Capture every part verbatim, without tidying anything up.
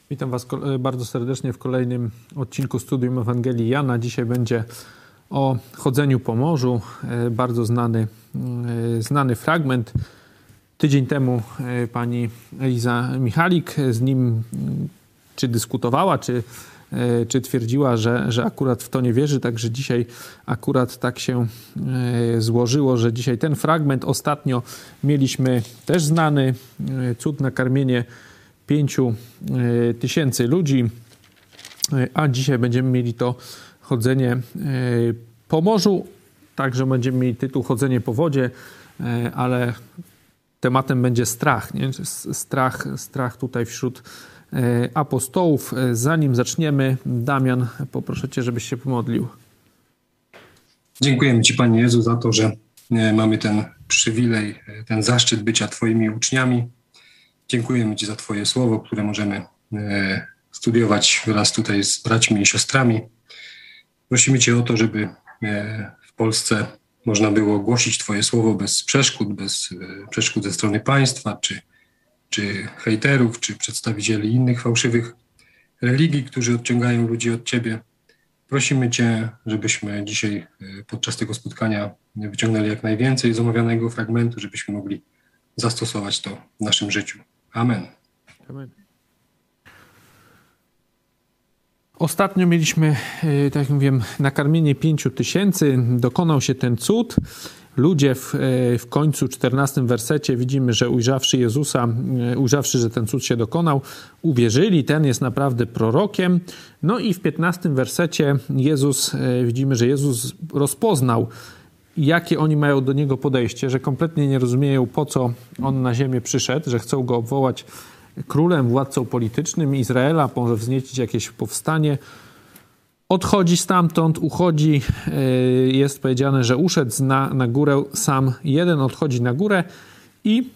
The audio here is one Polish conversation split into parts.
Witam Was bardzo serdecznie w kolejnym odcinku Studium Ewangelii Jana. Dzisiaj będzie o chodzeniu po morzu. Bardzo znany, znany fragment. Tydzień temu pani Eliza Michalik z nim czy dyskutowała, czy, czy twierdziła, że, że akurat w to nie wierzy. Także dzisiaj akurat tak się złożyło, że dzisiaj ten fragment. Ostatnio mieliśmy też znany cud nakarmienie pięciu tysięcy ludzi, a dzisiaj będziemy mieli to chodzenie po morzu, także będziemy mieli tytuł chodzenie po wodzie, ale tematem będzie strach, nie? Strach, strach tutaj wśród apostołów. Zanim zaczniemy, Damian, poproszę Cię, żebyś się pomodlił. Dziękujemy Ci, Panie Jezu, za to, że mamy ten przywilej, ten zaszczyt bycia Twoimi uczniami. Dziękujemy Ci za Twoje słowo, które możemy e, studiować wraz tutaj z braćmi i siostrami. Prosimy Cię o to, żeby e, w Polsce można było głosić Twoje słowo bez przeszkód, bez e, przeszkód ze strony państwa, czy, czy hejterów, czy przedstawicieli innych fałszywych religii, którzy odciągają ludzi od Ciebie. Prosimy Cię, żebyśmy dzisiaj e, podczas tego spotkania wyciągnęli jak najwięcej z omawianego fragmentu, żebyśmy mogli zastosować to w naszym życiu. Amen. Amen. Ostatnio mieliśmy, tak jak mówiłem, nakarmienie pięciu tysięcy. Dokonał się ten cud. Ludzie w, w końcu, czternastym wersecie widzimy, że ujrzawszy Jezusa, ujrzawszy, że ten cud się dokonał, uwierzyli. Ten jest naprawdę prorokiem. No i w piętnastym wersecie Jezus, widzimy, że Jezus rozpoznał, jakie oni mają do Niego podejście, że kompletnie nie rozumieją, po co On na ziemię przyszedł, że chcą Go obwołać królem, władcą politycznym Izraela, może wzniecić jakieś powstanie. Odchodzi stamtąd, uchodzi, jest powiedziane, że uszedł na, na górę sam jeden, odchodzi na górę i,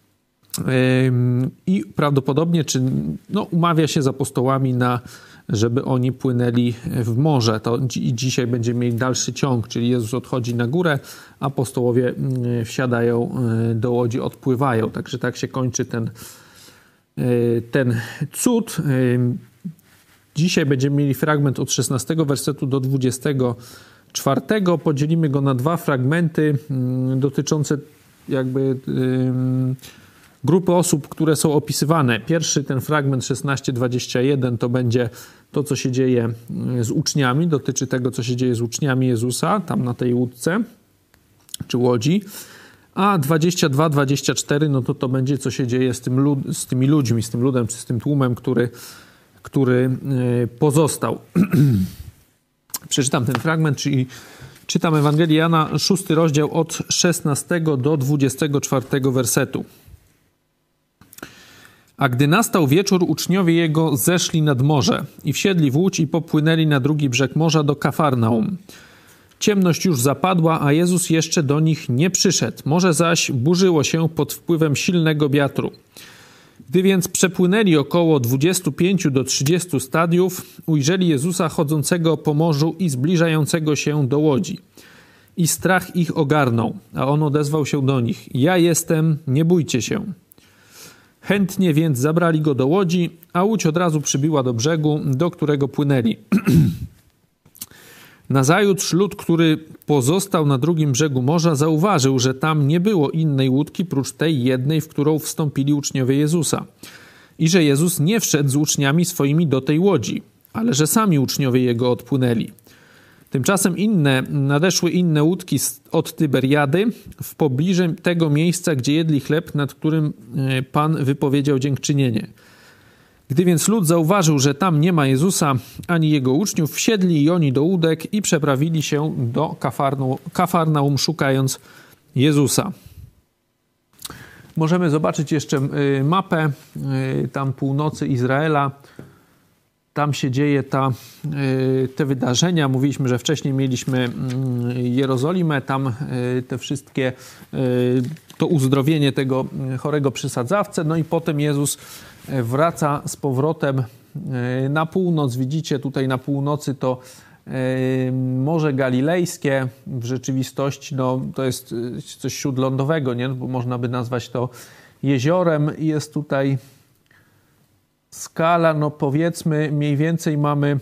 i prawdopodobnie czy, no, umawia się z apostołami na żeby oni płynęli w morze. To i dzisiaj będziemy mieli dalszy ciąg, czyli Jezus odchodzi na górę, apostołowie wsiadają do łodzi, odpływają. Także tak się kończy ten, ten cud. Dzisiaj będziemy mieli fragment od szesnastego wersetu do dwudziestego czwartego. Podzielimy go na dwa fragmenty dotyczące jakby grupy osób, które są opisywane. Pierwszy, ten fragment szesnaście dwadzieścia jeden, to będzie to, co się dzieje z uczniami, dotyczy tego, co się dzieje z uczniami Jezusa, tam na tej łódce, czy łodzi. A dwadzieścia dwa dwadzieścia cztery, no to to będzie, co się dzieje z, tym lud, z tymi ludźmi, z tym ludem, czy z tym tłumem, który, który pozostał. Przeczytam ten fragment, czyli czytam Ewangelię Jana, szósty rozdział od szesnastego do dwudziestego czwartego wersetu. A gdy nastał wieczór, uczniowie Jego zeszli nad morze i wsiedli w łódź i popłynęli na drugi brzeg morza do Kafarnaum. Ciemność już zapadła, a Jezus jeszcze do nich nie przyszedł. Morze zaś burzyło się pod wpływem silnego wiatru. Gdy więc przepłynęli około dwudziestu pięciu do trzydziestu stadiów, ujrzeli Jezusa chodzącego po morzu i zbliżającego się do łodzi. I strach ich ogarnął, a On odezwał się do nich. Ja jestem, nie bójcie się. Chętnie więc zabrali go do łodzi, a łódź od razu przybiła do brzegu, do którego płynęli. Nazajutrz lud, który pozostał na drugim brzegu morza, zauważył, że tam nie było innej łódki prócz tej jednej, w którą wstąpili uczniowie Jezusa. I że Jezus nie wszedł z uczniami swoimi do tej łodzi, ale że sami uczniowie Jego odpłynęli. Tymczasem inne, nadeszły inne łódki od Tyberiady w pobliżu tego miejsca, gdzie jedli chleb, nad którym Pan wypowiedział dziękczynienie. Gdy więc lud zauważył, że tam nie ma Jezusa ani Jego uczniów, wsiedli i oni do łódek i przeprawili się do Kafarnaum, szukając Jezusa. Możemy zobaczyć jeszcze mapę tam północy Izraela. Tam się dzieje ta, te wydarzenia. Mówiliśmy, że wcześniej mieliśmy Jerozolimę, tam te wszystkie, to uzdrowienie tego chorego przy sadzawce. No i potem Jezus wraca z powrotem na północ. Widzicie tutaj na północy to Morze Galilejskie. W rzeczywistości no, to jest coś śródlądowego, nie? Bo można by nazwać to jeziorem. Jest tutaj skala, no powiedzmy mniej więcej mamy,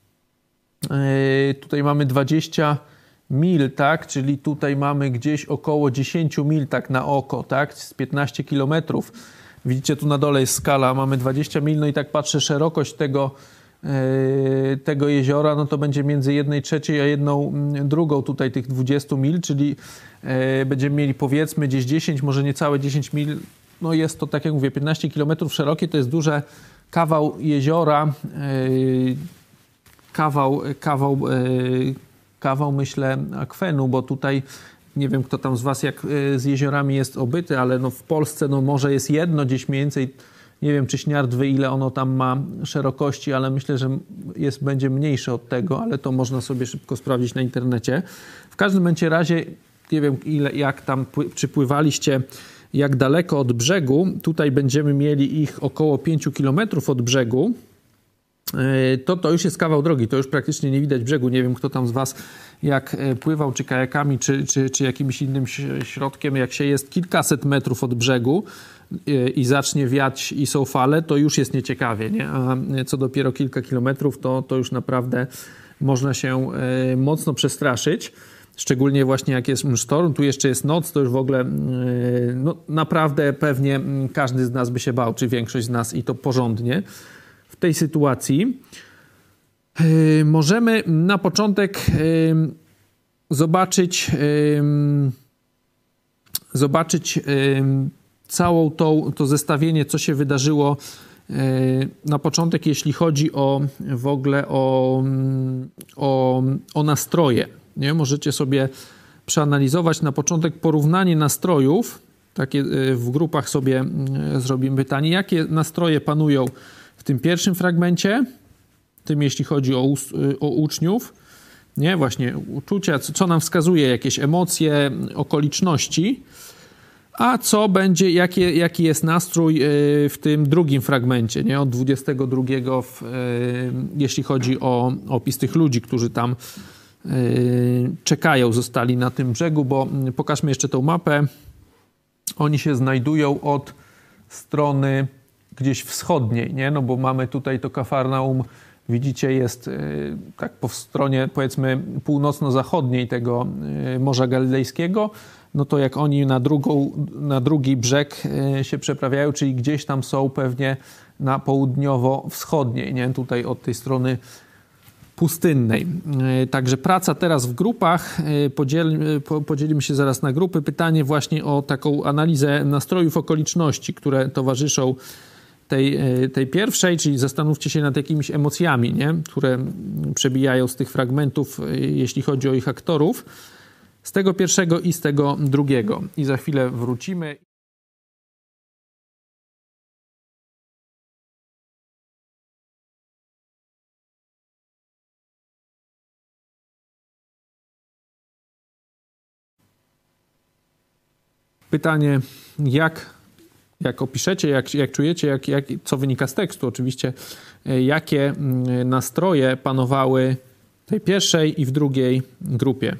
yy, tutaj mamy dwadzieścia mil, tak? Czyli tutaj mamy gdzieś około dziesięć mil tak na oko, tak? Z piętnaście kilometrów. Widzicie, tu na dole jest skala, mamy dwadzieścia mil, no i tak patrzę, szerokość tego, yy, tego jeziora, no to będzie między jednej trzeciej a jedną drugą tutaj tych dwudziestu mil, czyli yy, będziemy mieli powiedzmy gdzieś dziesięć, może niecałe dziesięć mil, no jest to, tak jak mówię, piętnaście kilometrów szerokie, to jest duże kawał jeziora, yy, kawał, kawał, yy, kawał myślę akwenu, bo tutaj nie wiem, kto tam z was jak z jeziorami jest obyty, ale no w Polsce no może jest jedno gdzieś mniej więcej, nie wiem czy Śniardwy, ile ono tam ma szerokości, ale myślę, że jest, będzie mniejsze od tego, ale to można sobie szybko sprawdzić na internecie. W każdym bądź razie, nie wiem ile, jak tam, czy pływaliście jak daleko od brzegu, tutaj będziemy mieli ich około pięć kilometrów od brzegu, to to już jest kawał drogi, to już praktycznie nie widać brzegu. Nie wiem, kto tam z was jak pływał, czy kajakami, czy, czy, czy jakimś innym środkiem, jak się jest kilkaset metrów od brzegu i zacznie wiać i są fale, to już jest nieciekawie, nie? A co dopiero kilka kilometrów, to, to już naprawdę można się mocno przestraszyć. Szczególnie właśnie jak jest sztorm, tu jeszcze jest noc, to już w ogóle no, naprawdę pewnie każdy z nas by się bał, czy większość z nas i to porządnie. W tej sytuacji yy, możemy na początek yy, zobaczyć yy, zobaczyć yy, całą tą, to zestawienie, co się wydarzyło yy, na początek, jeśli chodzi o w ogóle o, o, o nastroje. Nie? Możecie sobie przeanalizować na początek porównanie nastrojów. Takie yy, w grupach sobie yy, zrobimy pytanie, jakie nastroje panują w tym pierwszym fragmencie, tym jeśli chodzi o, o uczniów, nie, właśnie uczucia, co, co nam wskazuje, jakieś emocje, okoliczności, a co będzie, jakie, jaki jest nastrój w tym drugim fragmencie, nie, od dwudziestego drugiego, w, jeśli chodzi o opis tych ludzi, którzy tam czekają, zostali na tym brzegu, bo pokażmy jeszcze tą mapę. Oni się znajdują od strony gdzieś wschodniej, nie? No bo mamy tutaj to Kafarnaum, widzicie, jest y, tak po stronie powiedzmy północno-zachodniej tego y, Morza Galilejskiego, no to jak oni na, drugą, na drugi brzeg y, się przeprawiają, czyli gdzieś tam są pewnie na południowo-wschodniej, nie? Tutaj od tej strony pustynnej. Y, także praca teraz w grupach, y, podziel, y, po, podzielimy się zaraz na grupy. Pytanie właśnie o taką analizę nastrojów, okoliczności, które towarzyszą Tej, tej pierwszej, czyli zastanówcie się nad jakimiś emocjami, nie? Które przebijają z tych fragmentów, jeśli chodzi o ich aktorów, z tego pierwszego i z tego drugiego. I za chwilę wrócimy. Pytanie, jak Jak opiszecie, jak, jak czujecie, jak, jak, co wynika z tekstu oczywiście, jakie nastroje panowały w tej pierwszej i w drugiej grupie?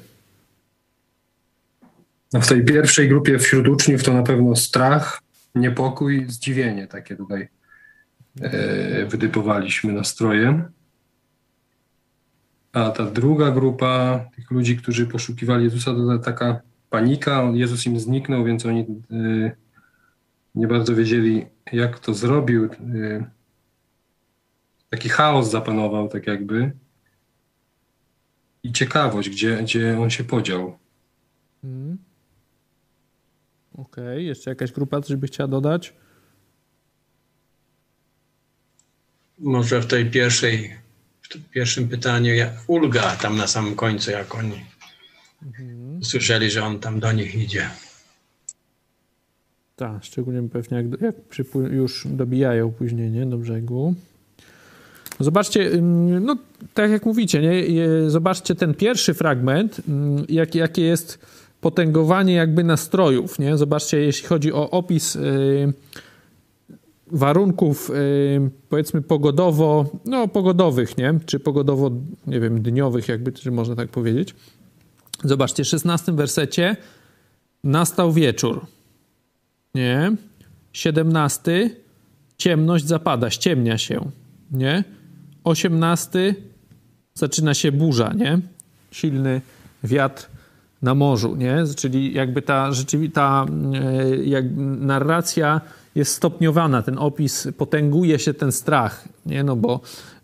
No w tej pierwszej grupie wśród uczniów to na pewno strach, niepokój, zdziwienie. Takie tutaj e, wytypowaliśmy nastroje. A ta druga grupa tych ludzi, którzy poszukiwali Jezusa, to taka panika. Jezus im zniknął, więc oni e, nie bardzo wiedzieli, jak to zrobił. Taki chaos zapanował, tak jakby. I ciekawość, gdzie, gdzie on się podział. Hmm. Okej, okay. Jeszcze jakaś grupa, coś by chciała dodać? Może w tej pierwszej, w tym pierwszym pytaniu, jak ulga tam na samym końcu, jak oni mhm. słyszeli, że on tam do nich idzie. Tak, szczególnie pewnie jak, jak przypły- już dobijają później, nie, do brzegu. Zobaczcie, no tak jak mówicie, nie, zobaczcie ten pierwszy fragment, jak, jakie jest potęgowanie jakby nastrojów, nie? Zobaczcie, jeśli chodzi o opis y, warunków, y, powiedzmy pogodowo, no pogodowych, nie? Czy pogodowo, nie wiem, dniowych jakby, czy można tak powiedzieć. Zobaczcie, w szesnastym wersecie nastał wieczór. Nie. siedemnasty. ciemność zapada, ściemnia się, nie? osiemnasty zaczyna się burza, nie? Silny wiatr na morzu, nie? Czyli jakby ta rzeczywista jak narracja jest stopniowana, ten opis, potęguje się ten strach, nie? No bo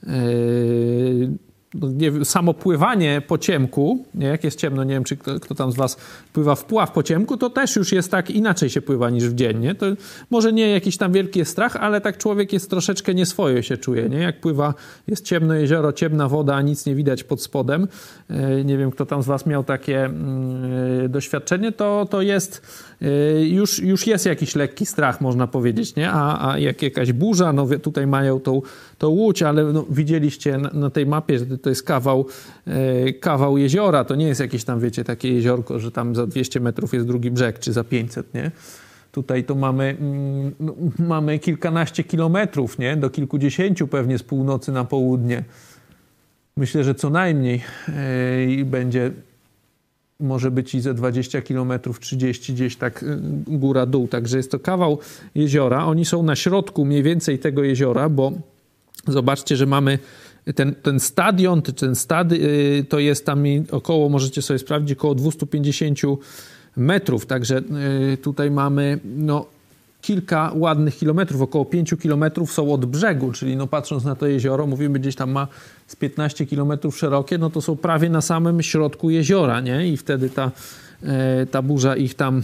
yy, nie, samo pływanie po ciemku, nie? Jak jest ciemno, nie wiem, czy kto, kto tam z was pływa w pław po ciemku, to też już jest tak, inaczej się pływa niż w dzień, nie? To może nie jakiś tam wielki jest strach, ale tak człowiek jest troszeczkę nieswojo się czuje, nie? Jak pływa, jest ciemno jezioro, ciemna woda, a nic nie widać pod spodem. Yy, nie wiem, kto tam z was miał takie yy, doświadczenie, to, to jest yy, już, już jest jakiś lekki strach, można powiedzieć, nie? A, a jak jakaś burza, no tutaj mają tą, tą łódź, ale no, widzieliście na, na tej mapie, że to jest kawał, yy, kawał jeziora, to nie jest jakieś tam, wiecie, takie jeziorko, że tam za dwieście metrów jest drugi brzeg, czy za pięćset, nie? Tutaj to mamy, mm, no, mamy kilkanaście kilometrów, nie? Do kilkudziesięciu pewnie z północy na południe. Myślę, że co najmniej yy, będzie, może być i ze dwadzieścia kilometrów, trzydzieści gdzieś tak yy, góra-dół. Także jest to kawał jeziora. Oni są na środku mniej więcej tego jeziora, bo zobaczcie, że mamy ten, ten stadion, ten stad, yy, to jest tam około, możecie sobie sprawdzić, około dwieście pięćdziesiąt metrów. Także yy, tutaj mamy no, kilka ładnych kilometrów, około pięciu kilometrów są od brzegu, czyli no patrząc na to jezioro, mówimy gdzieś tam ma z piętnaście kilometrów szerokie, no to są prawie na samym środku jeziora, nie? I wtedy ta, ta burza ich tam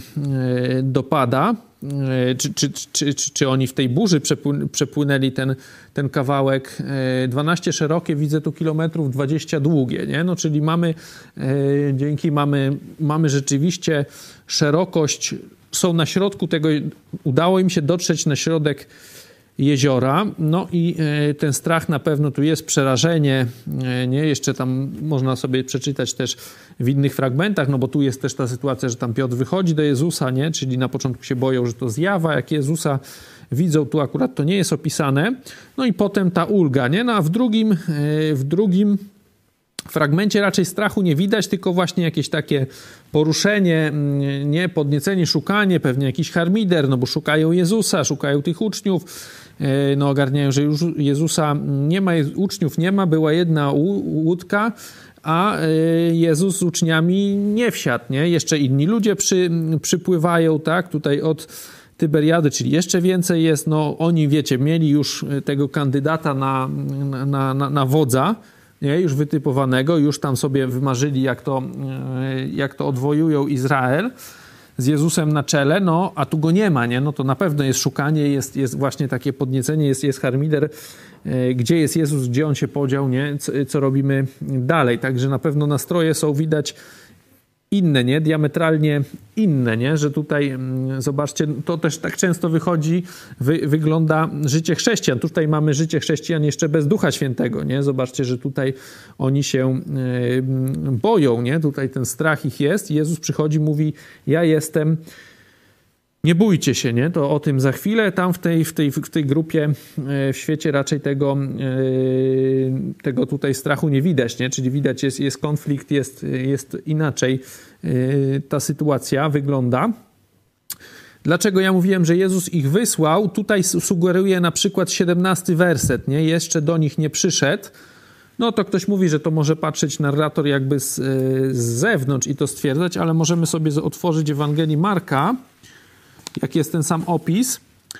dopada. Czy, czy, czy, czy, czy oni w tej burzy przepłynęli ten, ten kawałek? dwanaście szerokie, widzę tu kilometrów, dwadzieścia długie, nie? No czyli mamy, dzięki mamy, mamy rzeczywiście szerokość, są na środku tego, udało im się dotrzeć na środek jeziora, no i ten strach na pewno tu jest, przerażenie, nie? Jeszcze tam można sobie przeczytać też w innych fragmentach, no bo tu jest też ta sytuacja, że tam Piotr wychodzi do Jezusa, nie? Czyli na początku się boją, że to zjawa, jak Jezusa widzą, tu akurat to nie jest opisane, no i potem ta ulga, nie? No a w drugim, w drugim fragmencie raczej strachu nie widać, tylko właśnie jakieś takie poruszenie, nie, podniecenie, szukanie, pewnie jakiś harmider, no bo szukają Jezusa, szukają tych uczniów, no ogarniają, że już Jezusa nie ma, uczniów nie ma, była jedna łódka, a Jezus z uczniami nie wsiadł, nie? Jeszcze inni ludzie przy, przypływają, tak, tutaj od Tyberiady, czyli jeszcze więcej jest, no oni, wiecie, mieli już tego kandydata na, na, na, na wodza, nie, już wytypowanego, już tam sobie wymarzyli, jak to, jak to odwojują Izrael z Jezusem na czele, no a tu go nie ma, nie? No to na pewno jest szukanie, jest, jest właśnie takie podniecenie, jest, jest harmider, gdzie jest Jezus, gdzie on się podział, nie? Co, co robimy dalej. Także na pewno nastroje są widać inne, nie? Diametralnie inne, nie? Że tutaj, zobaczcie, to też tak często wychodzi, wy, wygląda życie chrześcijan. Tutaj mamy życie chrześcijan jeszcze bez Ducha Świętego, nie? Zobaczcie, że tutaj oni się y, boją, nie? Tutaj ten strach ich jest. Jezus przychodzi, mówi, ja jestem, nie bójcie się, nie? To o tym za chwilę. Tam w tej, w tej, w tej grupie, w świecie raczej tego, tego tutaj strachu nie widać, nie? Czyli widać, jest, jest konflikt, jest, jest inaczej ta sytuacja wygląda. Dlaczego ja mówiłem, że Jezus ich wysłał? Tutaj sugeruje na przykład siedemnasty werset, nie? Jeszcze do nich nie przyszedł. No to ktoś mówi, że to może patrzeć narrator jakby z, z zewnątrz i to stwierdzać, ale możemy sobie otworzyć Ewangelię Marka, jak jest ten sam opis.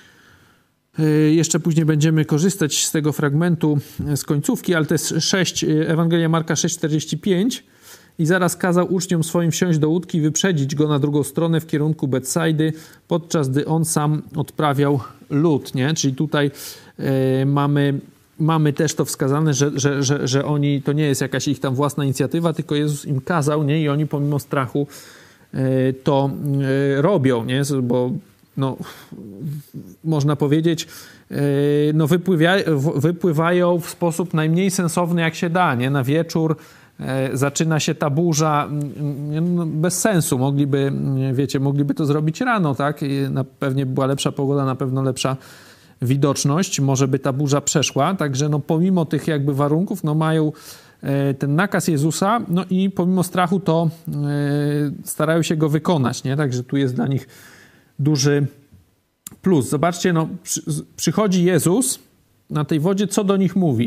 Jeszcze później będziemy korzystać z tego fragmentu z końcówki, ale to jest sześć, Ewangelia Marka sześć czterdzieści pięć. I zaraz kazał uczniom swoim wsiąść do łódki i wyprzedzić go na drugą stronę w kierunku Betsajdy, podczas gdy on sam odprawiał lud, nie? Czyli tutaj y, mamy, mamy też to wskazane, że, że, że, że oni, to nie jest jakaś ich tam własna inicjatywa, tylko Jezus im kazał, nie? I oni pomimo strachu to robią, nie? Bo no, można powiedzieć, no wypływa, wypływają w sposób najmniej sensowny jak się da, nie? Na wieczór zaczyna się ta burza, no, bez sensu, mogliby, wiecie, mogliby to zrobić rano, tak? Na pewnie była lepsza pogoda, na pewno lepsza widoczność, może by ta burza przeszła, także no pomimo tych jakby warunków, no mają ten nakaz Jezusa, no i pomimo strachu to yy, starają się go wykonać, nie? Także tu jest dla nich duży, Plus, zobaczcie, no, przy, przychodzi Jezus na tej wodzie, co do nich mówi?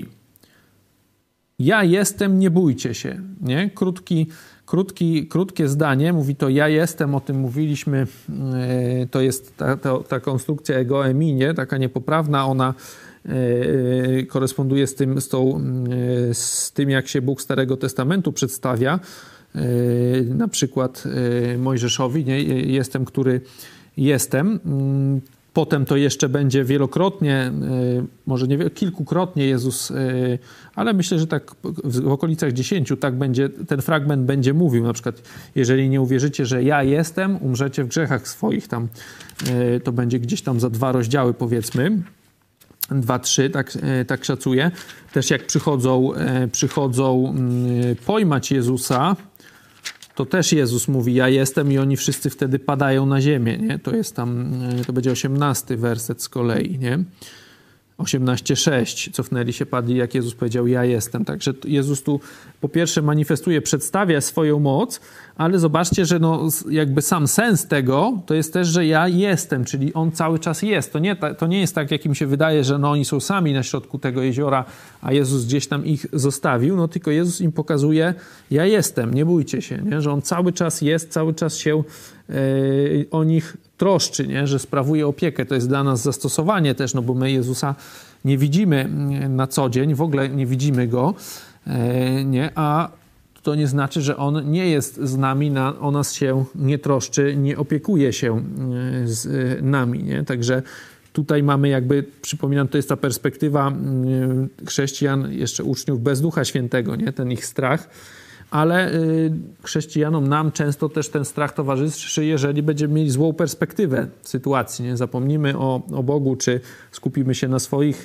Ja jestem, nie bójcie się. Nie? Krótki, krótki, krótkie zdanie, mówi to ja jestem, o tym mówiliśmy, yy, to jest ta, ta, ta konstrukcja ego eimi, nie? Taka niepoprawna, ona yy, koresponduje z tym, z, tą, yy, z tym, jak się Bóg Starego Testamentu przedstawia, yy, na przykład yy, Mojżeszowi, nie? Jestem, który jestem. Yy, Potem to jeszcze będzie wielokrotnie, może nie kilkukrotnie Jezus, ale myślę, że tak w okolicach dziesięciu tak będzie, ten fragment będzie mówił. Na przykład, jeżeli nie uwierzycie, że ja jestem, umrzecie w grzechach swoich. Tam to będzie gdzieś tam za dwa rozdziały, powiedzmy. Dwa, trzy, tak, tak szacuję. Też jak przychodzą, przychodzą pojmać Jezusa, to też Jezus mówi, ja jestem, i oni wszyscy wtedy padają na ziemię, nie? To jest tam, to będzie osiemnasty werset z kolei, nie? osiemnaście sześć. Cofnęli się, padli, jak Jezus powiedział, ja jestem. Także Jezus tu po pierwsze manifestuje, przedstawia swoją moc, ale zobaczcie, że no jakby sam sens tego to jest też, że ja jestem, czyli On cały czas jest. To nie, to nie jest tak, jak im się wydaje, że no oni są sami na środku tego jeziora, a Jezus gdzieś tam ich zostawił, no tylko Jezus im pokazuje, ja jestem, nie bójcie się, nie? Że On cały czas jest, cały czas się yy, o nich troszczy, nie? Że sprawuje opiekę. To jest dla nas zastosowanie też, no bo my Jezusa nie widzimy na co dzień, w ogóle nie widzimy Go, yy, nie? A to nie znaczy, że On nie jest z nami, na, o nas się nie troszczy, nie opiekuje się z nami, nie? Także tutaj mamy jakby, przypominam, to jest ta perspektywa chrześcijan, jeszcze uczniów bez Ducha Świętego, nie? Ten ich strach, ale chrześcijanom, nam często też ten strach towarzyszy, jeżeli będziemy mieli złą perspektywę sytuacji, nie? Zapomnimy o, o Bogu, czy skupimy się na swoich,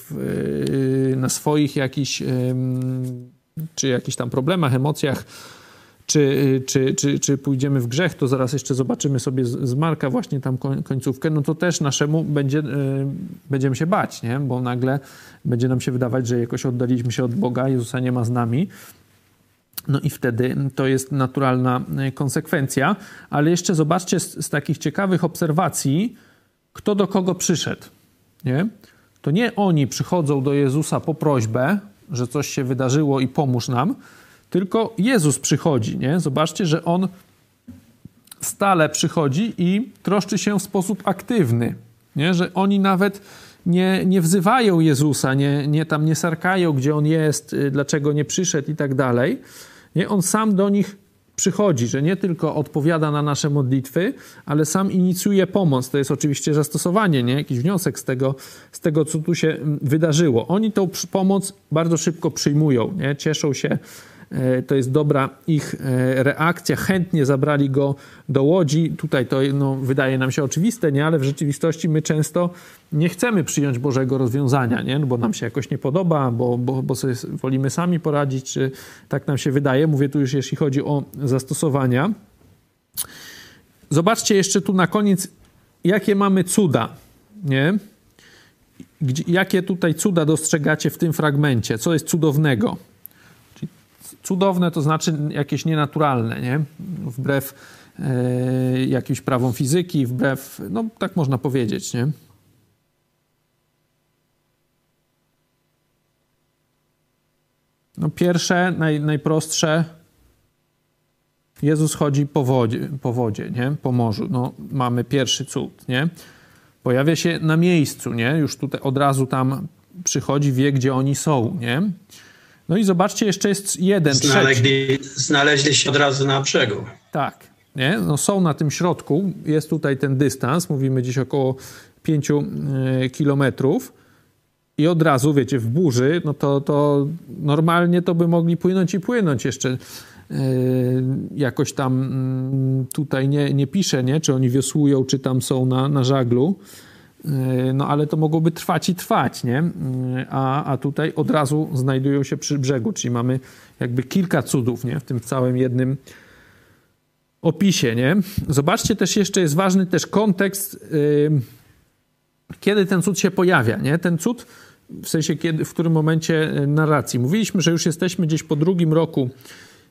na swoich jakichś czy jakichś tam problemach, emocjach, czy, czy, czy, czy pójdziemy w grzech, to zaraz jeszcze zobaczymy sobie z, z Marka właśnie tam końcówkę, no to też naszemu będzie, będziemy się bać, nie? Bo nagle będzie nam się wydawać, że jakoś oddaliśmy się od Boga, Jezusa nie ma z nami. No i wtedy to jest naturalna konsekwencja. Ale jeszcze zobaczcie z, z takich ciekawych obserwacji, kto do kogo przyszedł, nie? To nie oni przychodzą do Jezusa po prośbę, że coś się wydarzyło i pomóż nam, tylko Jezus przychodzi, nie? Zobaczcie, że On stale przychodzi i troszczy się w sposób aktywny, nie? Że oni nawet nie, nie wzywają Jezusa, nie, nie tam nie sarkają, gdzie On jest, dlaczego nie przyszedł i tak dalej. Nie? On sam do nich przychodzi, że nie tylko odpowiada na nasze modlitwy, ale sam inicjuje pomoc. To jest oczywiście zastosowanie, nie? Jakiś wniosek z tego, z tego, co tu się wydarzyło. Oni tą pomoc bardzo szybko przyjmują, nie? Cieszą się. To jest dobra ich reakcja. Chętnie zabrali go do łodzi. Tutaj to no, wydaje nam się oczywiste, nie? Ale w rzeczywistości my często nie chcemy przyjąć Bożego rozwiązania, nie? No, bo nam się jakoś nie podoba, bo, bo, bo sobie wolimy sami poradzić, czy tak nam się wydaje. Mówię tu już, jeśli chodzi o zastosowania. Zobaczcie jeszcze tu na koniec, jakie mamy cuda, nie? Gdzie, jakie tutaj cuda dostrzegacie w tym fragmencie? Co jest cudownego? Cudowne to znaczy jakieś nienaturalne, nie? Wbrew e, jakimś prawom fizyki, wbrew, no tak można powiedzieć, nie? No pierwsze, naj, najprostsze, Jezus chodzi po wodzie, po wodzie, nie? Po morzu. No mamy pierwszy cud, nie? Pojawia się na miejscu, nie? Już tutaj od razu tam przychodzi, wie, gdzie oni są, nie? No i zobaczcie, jeszcze jest jeden, Znaleźli, znaleźli się od razu na brzegu. Tak, nie? No są na tym środku, jest tutaj ten dystans, mówimy dziś około pięciu y, kilometrów i od razu, wiecie, w burzy, no to, to normalnie to by mogli płynąć i płynąć jeszcze. Y, jakoś tam y, tutaj nie, nie pisze, nie? Czy oni wiosłują, czy tam są na, na żaglu. No ale to mogłoby trwać i trwać, nie? A, a tutaj od razu znajdują się przy brzegu, czyli mamy jakby kilka cudów, nie? W tym całym jednym opisie, nie? Zobaczcie, też jeszcze jest ważny też kontekst, yy, kiedy ten cud się pojawia, nie? Ten cud, w sensie kiedy, w którym momencie narracji. Mówiliśmy, że już jesteśmy gdzieś po drugim roku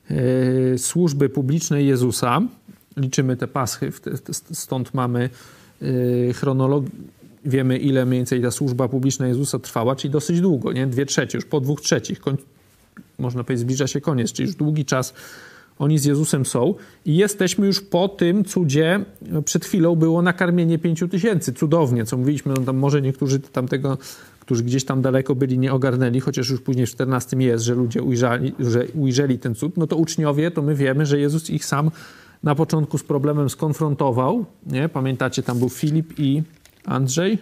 yy, służby publicznej Jezusa. Liczymy te paschy, stąd mamy yy, chronologii, wiemy ile mniej więcej ta służba publiczna Jezusa trwała, czyli dosyć długo, nie? Dwie trzecie, już po dwóch trzecich, koń, można powiedzieć, zbliża się koniec, czyli już długi czas oni z Jezusem są i jesteśmy już po tym cudzie. Przed chwilą było nakarmienie pięciu tysięcy, cudownie, co mówiliśmy, no tam może niektórzy tamtego, którzy gdzieś tam daleko byli, nie ogarnęli, chociaż już później w czternastym jest, że ludzie ujrzeli, że ujrzeli ten cud, no to uczniowie, to my wiemy, że Jezus ich sam na początku z problemem skonfrontował, nie? Pamiętacie, tam był Filip i Andrzej?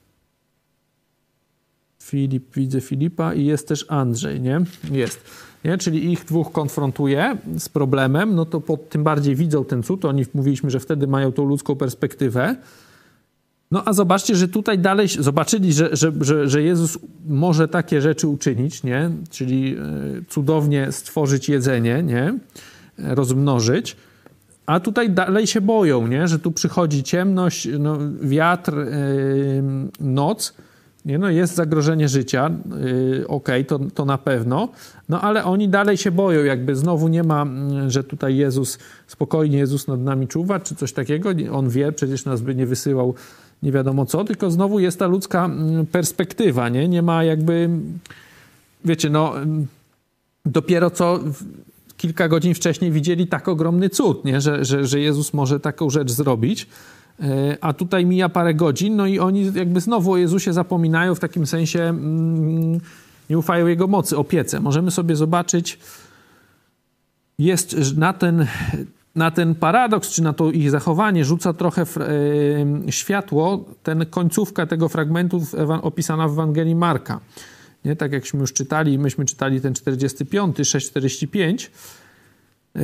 Filip, widzę Filipa i jest też Andrzej, nie? Jest. Nie? Czyli ich dwóch konfrontuje z problemem, no to po, tym bardziej widzą ten cud. Oni mówiliśmy, że wtedy mają tą ludzką perspektywę. No a zobaczcie, że tutaj dalej zobaczyli, że, że, że, że Jezus może takie rzeczy uczynić, nie? Czyli cudownie stworzyć jedzenie, nie? Rozmnożyć. A tutaj dalej się boją, nie? Że tu przychodzi ciemność, no, wiatr, yy, noc. Nie, no jest zagrożenie życia, yy, okej, okay, to, to na pewno, no ale oni dalej się boją, jakby znowu nie ma, że tutaj Jezus, spokojnie Jezus nad nami czuwa, czy coś takiego, on wie, przecież nas by nie wysyłał nie wiadomo co, tylko znowu jest ta ludzka perspektywa, nie, nie ma jakby, wiecie, no dopiero co kilka godzin wcześniej widzieli tak ogromny cud, nie, że, że, że Jezus może taką rzecz zrobić. A tutaj mija parę godzin, no i oni jakby znowu o Jezusie zapominają, w takim sensie mm, nie ufają Jego mocy, opiece. Możemy sobie zobaczyć, jest na ten, na ten paradoks, czy na to ich zachowanie rzuca trochę w, e, światło ten końcówka tego fragmentu w, opisana w Ewangelii Marka. Nie? Tak jakśmy już czytali, myśmy czytali ten czterdziesty piąty, sześć czterdzieści pięć. Yy,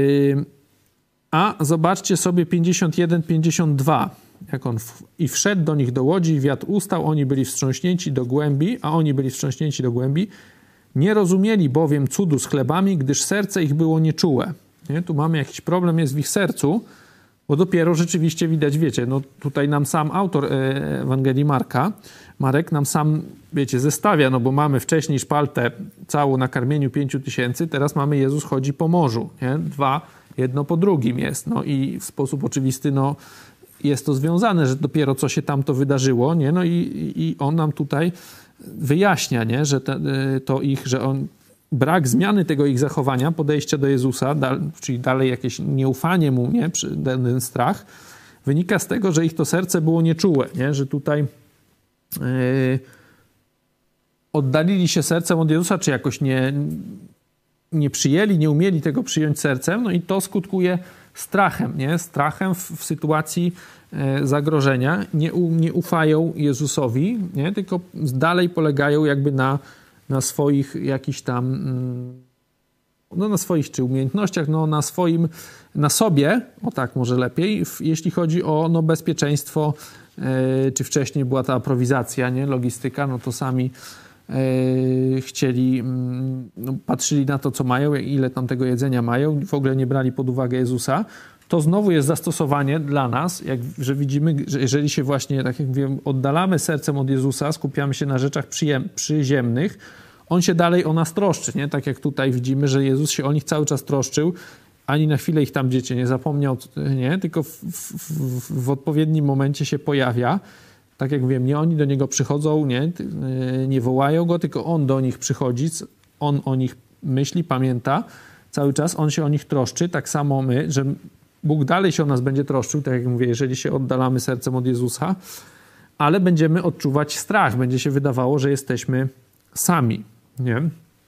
A zobaczcie sobie pięćdziesiąt jeden pięćdziesiąt dwa. Jak on w... I wszedł do nich do łodzi, wiatr ustał, oni byli wstrząśnięci do głębi, a oni byli wstrząśnięci do głębi. Nie rozumieli bowiem cudu z chlebami, gdyż serce ich było nieczułe. Nie? Tu mamy jakiś problem, jest w ich sercu, bo dopiero rzeczywiście widać, wiecie, no tutaj nam sam autor Ewangelii Marka, Marek nam sam, wiecie, zestawia, no bo mamy wcześniej szpaltę całą na karmieniu pięciu tysięcy, teraz mamy Jezus chodzi po morzu, nie? Dwa, jedno po drugim jest, no i w sposób oczywisty, no jest to związane, że dopiero co się tam to wydarzyło, nie? No i, i on nam tutaj wyjaśnia, nie? Że te, to ich, że on brak zmiany tego ich zachowania, podejścia do Jezusa, dal, czyli dalej jakieś nieufanie Mu, nie? Ten strach, wynika z tego, że ich to serce było nieczułe, nie? Że tutaj yy, oddalili się sercem od Jezusa, czy jakoś nie, nie przyjęli, nie umieli tego przyjąć sercem, no i to skutkuje strachem, nie? Strachem w, w sytuacji yy, zagrożenia. Nie, u, nie ufają Jezusowi, nie? Tylko dalej polegają jakby na na swoich jakichś tam, no na swoich czy umiejętnościach, no na swoim, na sobie, o tak może lepiej, jeśli chodzi o no, bezpieczeństwo, yy, czy wcześniej była ta aprowizacja, nie, logistyka, no to sami yy, chcieli, yy, no, patrzyli na to, co mają, ile tam tego jedzenia mają, w ogóle nie brali pod uwagę Jezusa. To znowu jest zastosowanie dla nas, jak, że widzimy, że jeżeli się właśnie, tak jak mówiłem, oddalamy sercem od Jezusa, skupiamy się na rzeczach przyjem, przyziemnych, On się dalej o nas troszczy, nie? Tak jak tutaj widzimy, że Jezus się o nich cały czas troszczył, ani na chwilę ich tam, dziecię, nie zapomniał, nie? Tylko w, w, w odpowiednim momencie się pojawia. Tak jak wiem, nie oni do Niego przychodzą, nie? Nie wołają Go, tylko On do nich przychodzi, On o nich myśli, pamięta cały czas, On się o nich troszczy, tak samo my, że Bóg dalej się o nas będzie troszczył, tak jak mówię, jeżeli się oddalamy sercem od Jezusa, ale będziemy odczuwać strach, będzie się wydawało, że jesteśmy sami, nie?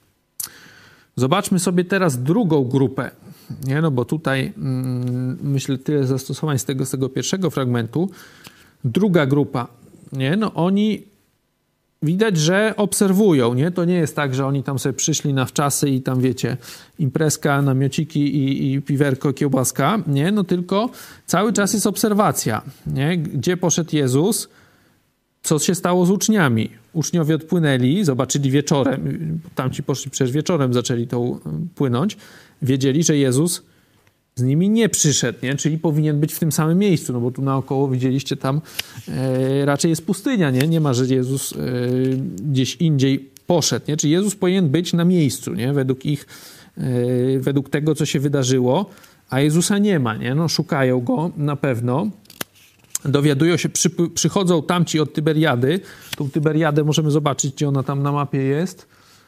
Zobaczmy sobie teraz drugą grupę, nie? No bo tutaj mm, myślę tyle zastosowań z tego, z tego pierwszego fragmentu. Druga grupa, nie? No oni widać, że obserwują, nie? To nie jest tak, że oni tam sobie przyszli na wczasy i tam, wiecie, imprezka, namiociki i, i piwerko, kiełbaska, nie? No tylko cały czas jest obserwacja, nie? Gdzie poszedł Jezus? Co się stało z uczniami? Uczniowie odpłynęli, zobaczyli wieczorem, tamci poszli przecież wieczorem, zaczęli to płynąć, wiedzieli, że Jezus z nimi nie przyszedł, nie? Czyli powinien być w tym samym miejscu, no bo tu naokoło widzieliście tam e, raczej jest pustynia, nie? Nie ma, że Jezus e, gdzieś indziej poszedł, nie? Czyli Jezus powinien być na miejscu, nie? Według ich, e, według tego, co się wydarzyło, a Jezusa nie ma, nie? No szukają Go na pewno, dowiadują się, przy, przychodzą tamci od Tyberiady. Tą Tyberiadę możemy zobaczyć, gdzie ona tam na mapie jest.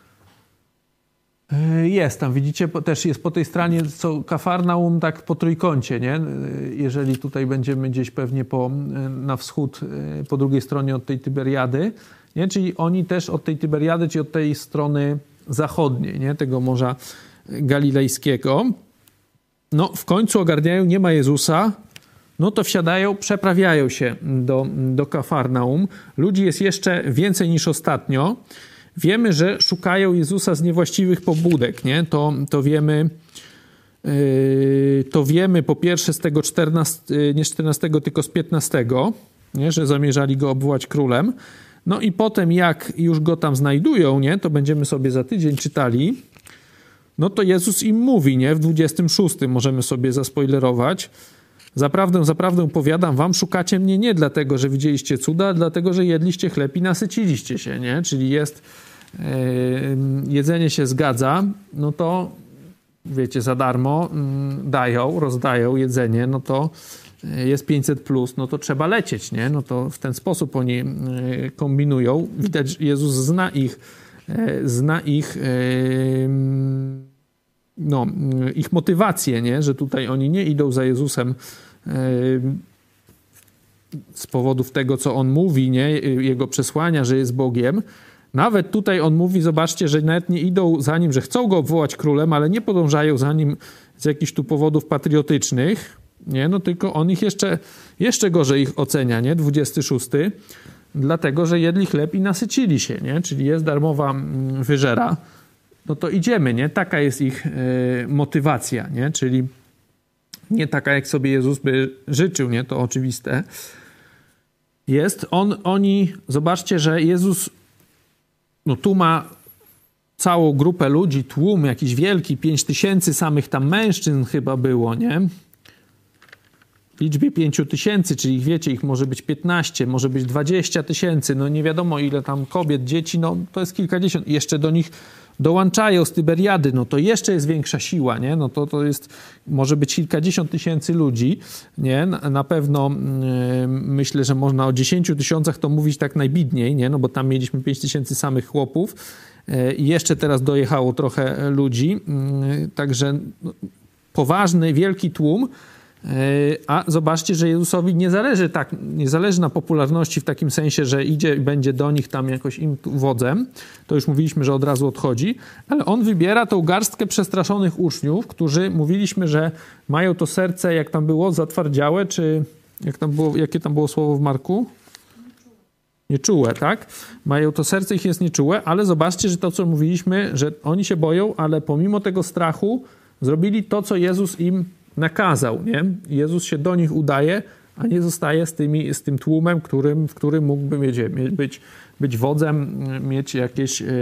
Jest tam, widzicie, też jest po tej stronie, co Kafarnaum, tak po trójkącie, nie? Jeżeli tutaj będziemy gdzieś pewnie po, na wschód, po drugiej stronie od tej Tyberiady, nie? Czyli oni też od tej Tyberiady, czyli od tej strony zachodniej, nie? Tego Morza Galilejskiego. No, w końcu ogarniają, nie ma Jezusa, no to wsiadają, przeprawiają się do, do Kafarnaum. Ludzi jest jeszcze więcej niż ostatnio. Wiemy, że szukają Jezusa z niewłaściwych pobudek, nie? To, to wiemy, yy, to wiemy po pierwsze z tego czternastego, nie czternastego, tylko z piętnastego, nie? Że zamierzali go obwołać królem. No i potem jak już go tam znajdują, nie? To będziemy sobie za tydzień czytali, no to Jezus im mówi, nie? W dwudziestym szóstym możemy sobie zaspoilerować. Zaprawdę, zaprawdę powiadam wam, szukacie mnie nie dlatego, że widzieliście cuda, ale dlatego, że jedliście chleb i nasyciliście się, nie? Czyli jest, yy, jedzenie się zgadza, no to wiecie, za darmo yy, dają, rozdają jedzenie, no to yy, jest pięćset plus, no to trzeba lecieć, nie? No to w ten sposób oni yy, kombinują. Widać, że Jezus zna ich, yy, zna ich yy, no, ich motywację, nie? Że tutaj oni nie idą za Jezusem yy, z powodów tego, co On mówi, nie? Jego przesłania, że jest Bogiem. Nawet tutaj On mówi, zobaczcie, że nawet nie idą za Nim, że chcą Go obwołać królem, ale nie podążają za Nim z jakichś tu powodów patriotycznych, nie? No tylko On ich jeszcze, jeszcze gorzej ich ocenia, nie? dwudziesty szósty. Dlatego, że jedli chleb i nasycili się, nie? Czyli jest darmowa wyżera. No to idziemy, nie? Taka jest ich y, motywacja, nie? Czyli nie taka, jak sobie Jezus by życzył, nie? To oczywiste jest. On, oni, zobaczcie, że Jezus, no tu ma całą grupę ludzi, tłum jakiś wielki, pięć tysięcy samych tam mężczyzn chyba było, nie? W liczbie pięciu tysięcy, czyli wiecie, ich może być piętnaście, może być dwadzieścia tysięcy, no nie wiadomo ile tam kobiet, dzieci, no to jest kilkadziesiąt. I jeszcze do nich dołączają z Tyberiady, no to jeszcze jest większa siła, nie? No to, to jest, może być kilkadziesiąt tysięcy ludzi, nie? Na, na pewno yy, myślę, że można o dziesięciu tysiącach to mówić tak najbidniej, nie? No bo tam mieliśmy pięć tysięcy samych chłopów yy, i jeszcze teraz dojechało trochę ludzi, yy, także no, poważny, wielki tłum. A zobaczcie, że Jezusowi nie zależy tak, nie zależy na popularności w takim sensie, że idzie i będzie do nich tam jakoś im wodzem. To już mówiliśmy, że od razu odchodzi. Ale on wybiera tą garstkę przestraszonych uczniów, którzy mówiliśmy, że mają to serce, jak tam było, zatwardziałe, czy jak tam było, jakie tam było słowo w Marku? Nieczułe, tak? Mają to serce, ich jest nieczułe, ale zobaczcie, że to, co mówiliśmy, że oni się boją, ale pomimo tego strachu zrobili to, co Jezus im nakazał, nie? Jezus się do nich udaje, a nie zostaje z, tymi, z tym tłumem, którym, w którym mógłby mieć, być, być wodzem, mieć jakieś, yy,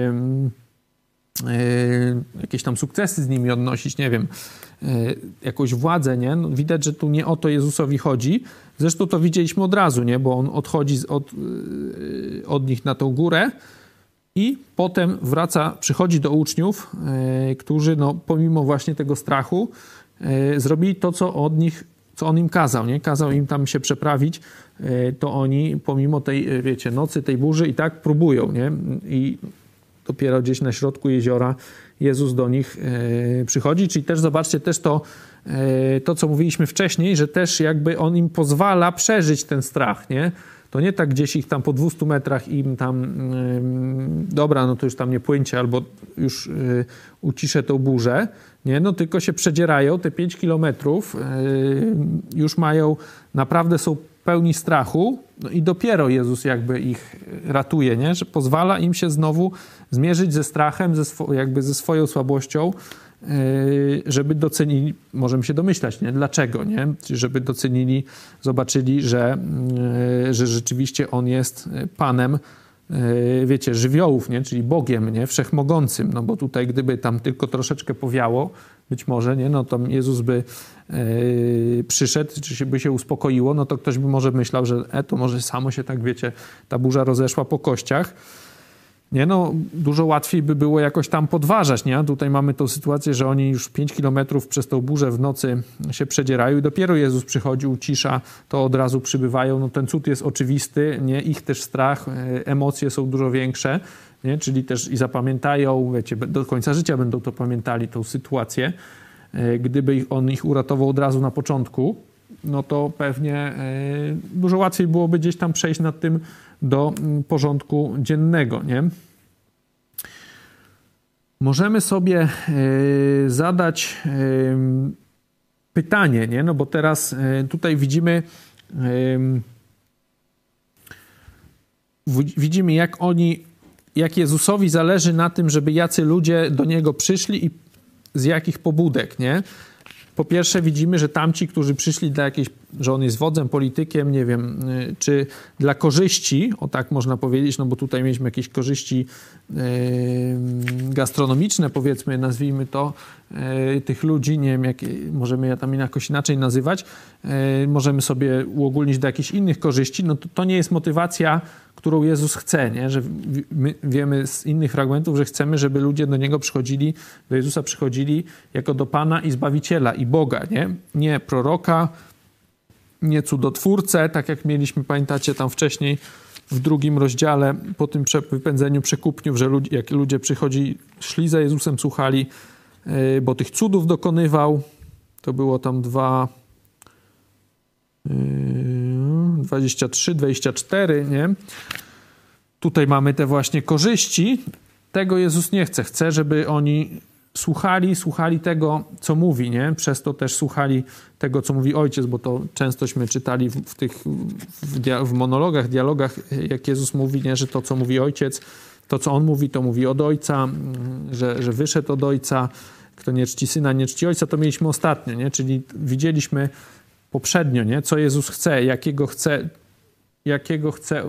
yy, jakieś tam sukcesy z nimi odnosić, nie wiem, yy, jakąś władzę, nie? No, widać, że tu nie o to Jezusowi chodzi. Zresztą to widzieliśmy od razu, nie? Bo on odchodzi z, od, yy, od nich na tą górę i potem wraca, przychodzi do uczniów, yy, którzy no, pomimo właśnie tego strachu zrobili to, co od nich, co on im kazał, nie? Kazał im tam się przeprawić, to oni pomimo tej, wiecie, nocy, tej burzy i tak próbują, nie? I dopiero gdzieś na środku jeziora Jezus do nich przychodzi, czyli też zobaczcie, też to, to co mówiliśmy wcześniej, że też jakby on im pozwala przeżyć ten strach, nie? To nie tak gdzieś ich tam po dwustu metrach im tam yy, dobra, no to już tam nie płyńcie, albo już yy, uciszę tą burzę, nie? No tylko się przedzierają te pięć kilometrów, yy, już mają, naprawdę są pełni strachu, no i dopiero Jezus jakby ich ratuje, nie? Że pozwala im się znowu zmierzyć ze strachem, ze swo- jakby ze swoją słabością, żeby docenili, możemy się domyślać, nie? Dlaczego, nie? Czyli żeby docenili, zobaczyli, że, że rzeczywiście On jest Panem, wiecie, żywiołów, nie? Czyli Bogiem, nie? Wszechmogącym, no bo tutaj gdyby tam tylko troszeczkę powiało, być może, nie? No to Jezus by yy, przyszedł, czy się by się uspokoiło, no to ktoś by może myślał, że e, to może samo się tak, wiecie, ta burza rozeszła po kościach. nie, no dużo łatwiej by było jakoś tam podważać, nie? Tutaj mamy tą sytuację, że oni już pięć kilometrów przez tą burzę w nocy się przedzierają i dopiero Jezus przychodzi, ucisza, to od razu przybywają. No ten cud jest oczywisty, nie? Ich też strach, emocje są dużo większe, nie? Czyli też i zapamiętają, wiecie, do końca życia będą to pamiętali, tą sytuację. Gdyby on ich uratował od razu na początku, no to pewnie dużo łatwiej byłoby gdzieś tam przejść nad tym do porządku dziennego, nie? Możemy sobie zadać pytanie, nie? No bo teraz tutaj widzimy widzimy jak oni, jak Jezusowi zależy na tym, żeby jacy ludzie do Niego przyszli i z jakich pobudek, nie? Po pierwsze widzimy, że tamci, którzy przyszli dla jakiejś, że on jest wodzem, politykiem, nie wiem, czy dla korzyści, o tak można powiedzieć, no bo tutaj mieliśmy jakieś korzyści yy, gastronomiczne, powiedzmy, nazwijmy to, yy, tych ludzi, nie wiem, jak, możemy je tam jakoś inaczej nazywać, yy, możemy sobie uogólnić do jakichś innych korzyści, no to, to nie jest motywacja, którą Jezus chce, nie? Że my wiemy z innych fragmentów, że chcemy, żeby ludzie do Niego przychodzili, do Jezusa przychodzili jako do Pana i Zbawiciela i Boga, nie? Nie proroka, nie cudotwórcę, tak jak mieliśmy, pamiętacie, tam wcześniej w drugim rozdziale po tym wypędzeniu przekupniów, że ludzie, jak ludzie przychodzi, szli za Jezusem, słuchali, yy, bo tych cudów dokonywał. To było tam dwa... Yy, dwadzieścia trzy, dwadzieścia cztery, nie? Tutaj mamy te właśnie korzyści. Tego Jezus nie chce. Chce, żeby oni słuchali, słuchali tego, co mówi, nie? Przez to też słuchali tego, co mówi Ojciec, bo to częstośmy czytali w, w tych w, dia- w monologach, dialogach, jak Jezus mówi, nie? Że to, co mówi Ojciec, to, co On mówi, to mówi od Ojca, że, że wyszedł od Ojca. Kto nie czci Syna, nie czci Ojca, to mieliśmy ostatnio, nie? Czyli widzieliśmy poprzednio, nie? Co Jezus chce, jakiego chce, jakiego chce,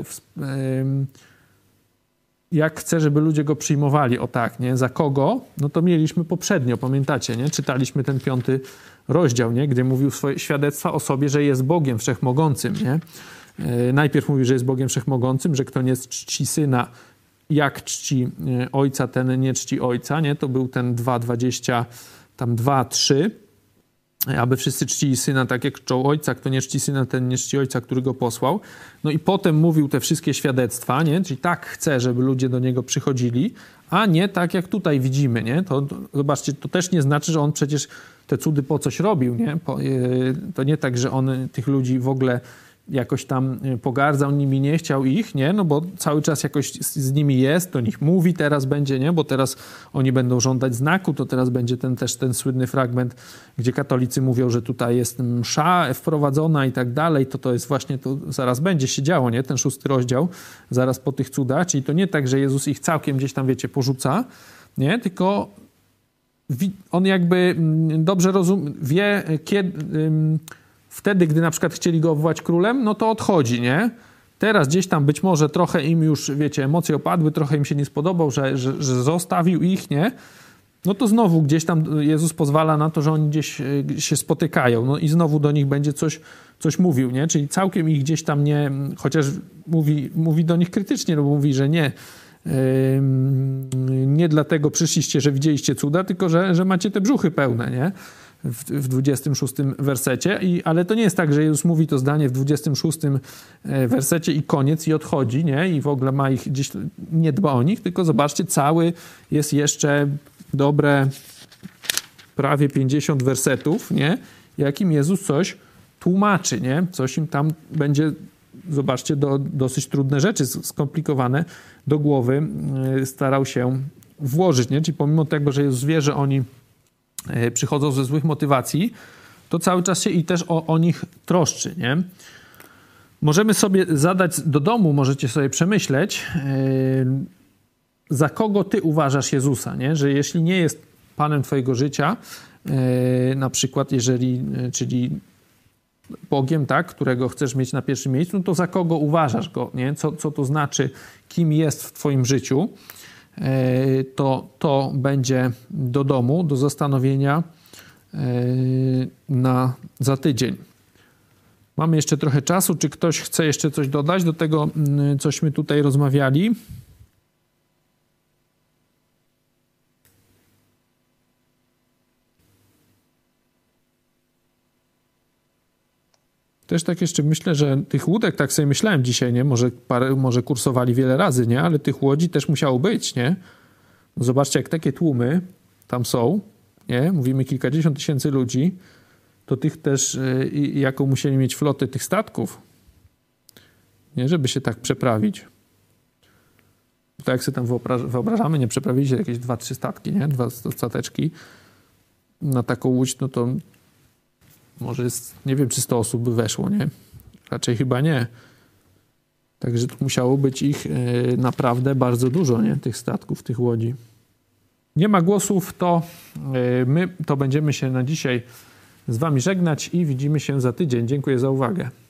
jak chce, żeby ludzie Go przyjmowali, o tak, nie? Za kogo? No to mieliśmy poprzednio, pamiętacie, nie? Czytaliśmy ten piąty rozdział, nie? Gdzie mówił swoje świadectwa o sobie, że jest Bogiem Wszechmogącym, nie? Najpierw mówił, że jest Bogiem Wszechmogącym, że kto nie czci Syna, jak czci Ojca, ten nie czci Ojca, nie? To był ten dwa dwadzieścia, tam dwa trzy, aby wszyscy czcili Syna tak jak czczą Ojca, kto nie czci Syna, ten nie czci Ojca, który Go posłał. No i potem mówił te wszystkie świadectwa, nie? Czyli tak chce, żeby ludzie do Niego przychodzili, a nie tak jak tutaj widzimy, nie? To, to zobaczcie, to też nie znaczy, że On przecież te cudy po coś robił, nie? Po, yy, to nie tak, że On tych ludzi w ogóle jakoś tam pogardzał nimi, nie chciał ich, nie? No bo cały czas jakoś z, z nimi jest, do nich mówi, teraz będzie, nie? Bo teraz oni będą żądać znaku, to teraz będzie ten też ten słynny fragment, gdzie katolicy mówią, że tutaj jest msza wprowadzona i tak dalej, to to jest właśnie, to zaraz będzie się działo, nie? Ten szósty rozdział, zaraz po tych cudach, czyli to nie tak, że Jezus ich całkiem gdzieś tam, wiecie, porzuca, nie? Tylko on jakby dobrze rozumie, wie, kiedy... Wtedy, gdy na przykład chcieli go obwołać królem, no to odchodzi, nie? Teraz gdzieś tam być może trochę im już, wiecie, emocje opadły, trochę im się nie spodobał, że, że, że zostawił ich, nie? No to znowu gdzieś tam Jezus pozwala na to, że oni gdzieś się spotykają. No i znowu do nich będzie coś, coś mówił, nie? Czyli całkiem ich gdzieś tam nie, chociaż mówi, mówi do nich krytycznie, no bo mówi, że nie, yy, nie dlatego przyszliście, że widzieliście cuda, tylko że, że macie te brzuchy pełne, nie? W, w dwudziestym szóstym wersecie, I, ale to nie jest tak, że Jezus mówi to zdanie w dwudziestym szóstym wersecie i koniec i odchodzi, nie? I w ogóle ma ich gdzieś, nie dba o nich, tylko zobaczcie, cały jest jeszcze dobre prawie pięćdziesiąt wersetów, nie? Jakim Jezus coś tłumaczy, nie? Coś im tam będzie, zobaczcie, do, dosyć trudne rzeczy, skomplikowane do głowy starał się włożyć, nie? Czyli pomimo tego, że Jezus wie, że oni przychodzą ze złych motywacji, to cały czas się i też o, o nich troszczy, nie? Możemy sobie zadać do domu, możecie sobie przemyśleć, yy, za kogo ty uważasz Jezusa, nie? Że jeśli nie jest Panem twojego życia, yy, na przykład jeżeli, yy, czyli Bogiem, tak, którego chcesz mieć na pierwszym miejscu, no to za kogo uważasz Go, nie? Co, co to znaczy, kim jest w twoim życiu? To, to będzie do domu, do zastanowienia na, za tydzień. Mamy jeszcze trochę czasu. Czy ktoś chce jeszcze coś dodać do tego, cośmy tutaj rozmawiali? Też tak jeszcze myślę, że tych łódek, tak sobie myślałem dzisiaj, nie? Może, parę, może kursowali wiele razy, nie? Ale tych łodzi też musiało być, nie? No zobaczcie, jak takie tłumy tam są, nie? Mówimy kilkadziesiąt tysięcy ludzi, to tych też, y, jaką musieli mieć flotę tych statków, nie? Żeby się tak przeprawić. To jak sobie tam wyobrażamy, nie przeprawili się jakieś dwa, trzy statki, nie? Dwa stateczki na taką łódź, no to może jest, nie wiem, czy sto osób by weszło, nie? Raczej chyba nie. Także tu musiało być ich yy, naprawdę bardzo dużo, nie? Tych statków, tych łodzi. Nie ma głosów, to yy, my to będziemy się na dzisiaj z wami żegnać i widzimy się za tydzień. Dziękuję za uwagę.